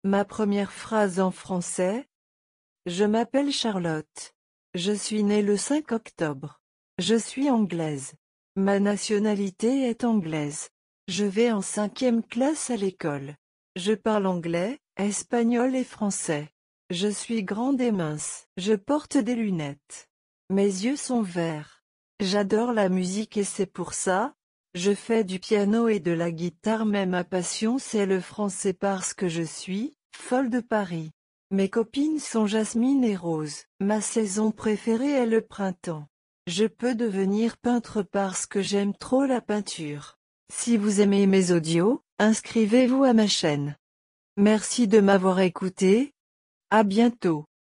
Ma première phrase en français. Je m'appelle Charlotte. Je suis née le 5 octobre. Je suis anglaise. Ma nationalité est anglaise. Je vais en 5e classe à l'école. Je parle anglais, espagnol et français. Je suis grande et mince. Je porte des lunettes. Mes yeux sont verts. J'adore la musique et c'est pour ça. Je fais du piano et de la guitare mais ma passion c'est le français parce que je suis folle de Paris. Mes copines sont Jasmine et Rose. Ma saison préférée est le printemps. Je peux devenir peintre parce que j'aime trop la peinture. Si vous aimez mes audios, inscrivez-vous à ma chaîne. Merci de m'avoir écouté. À bientôt.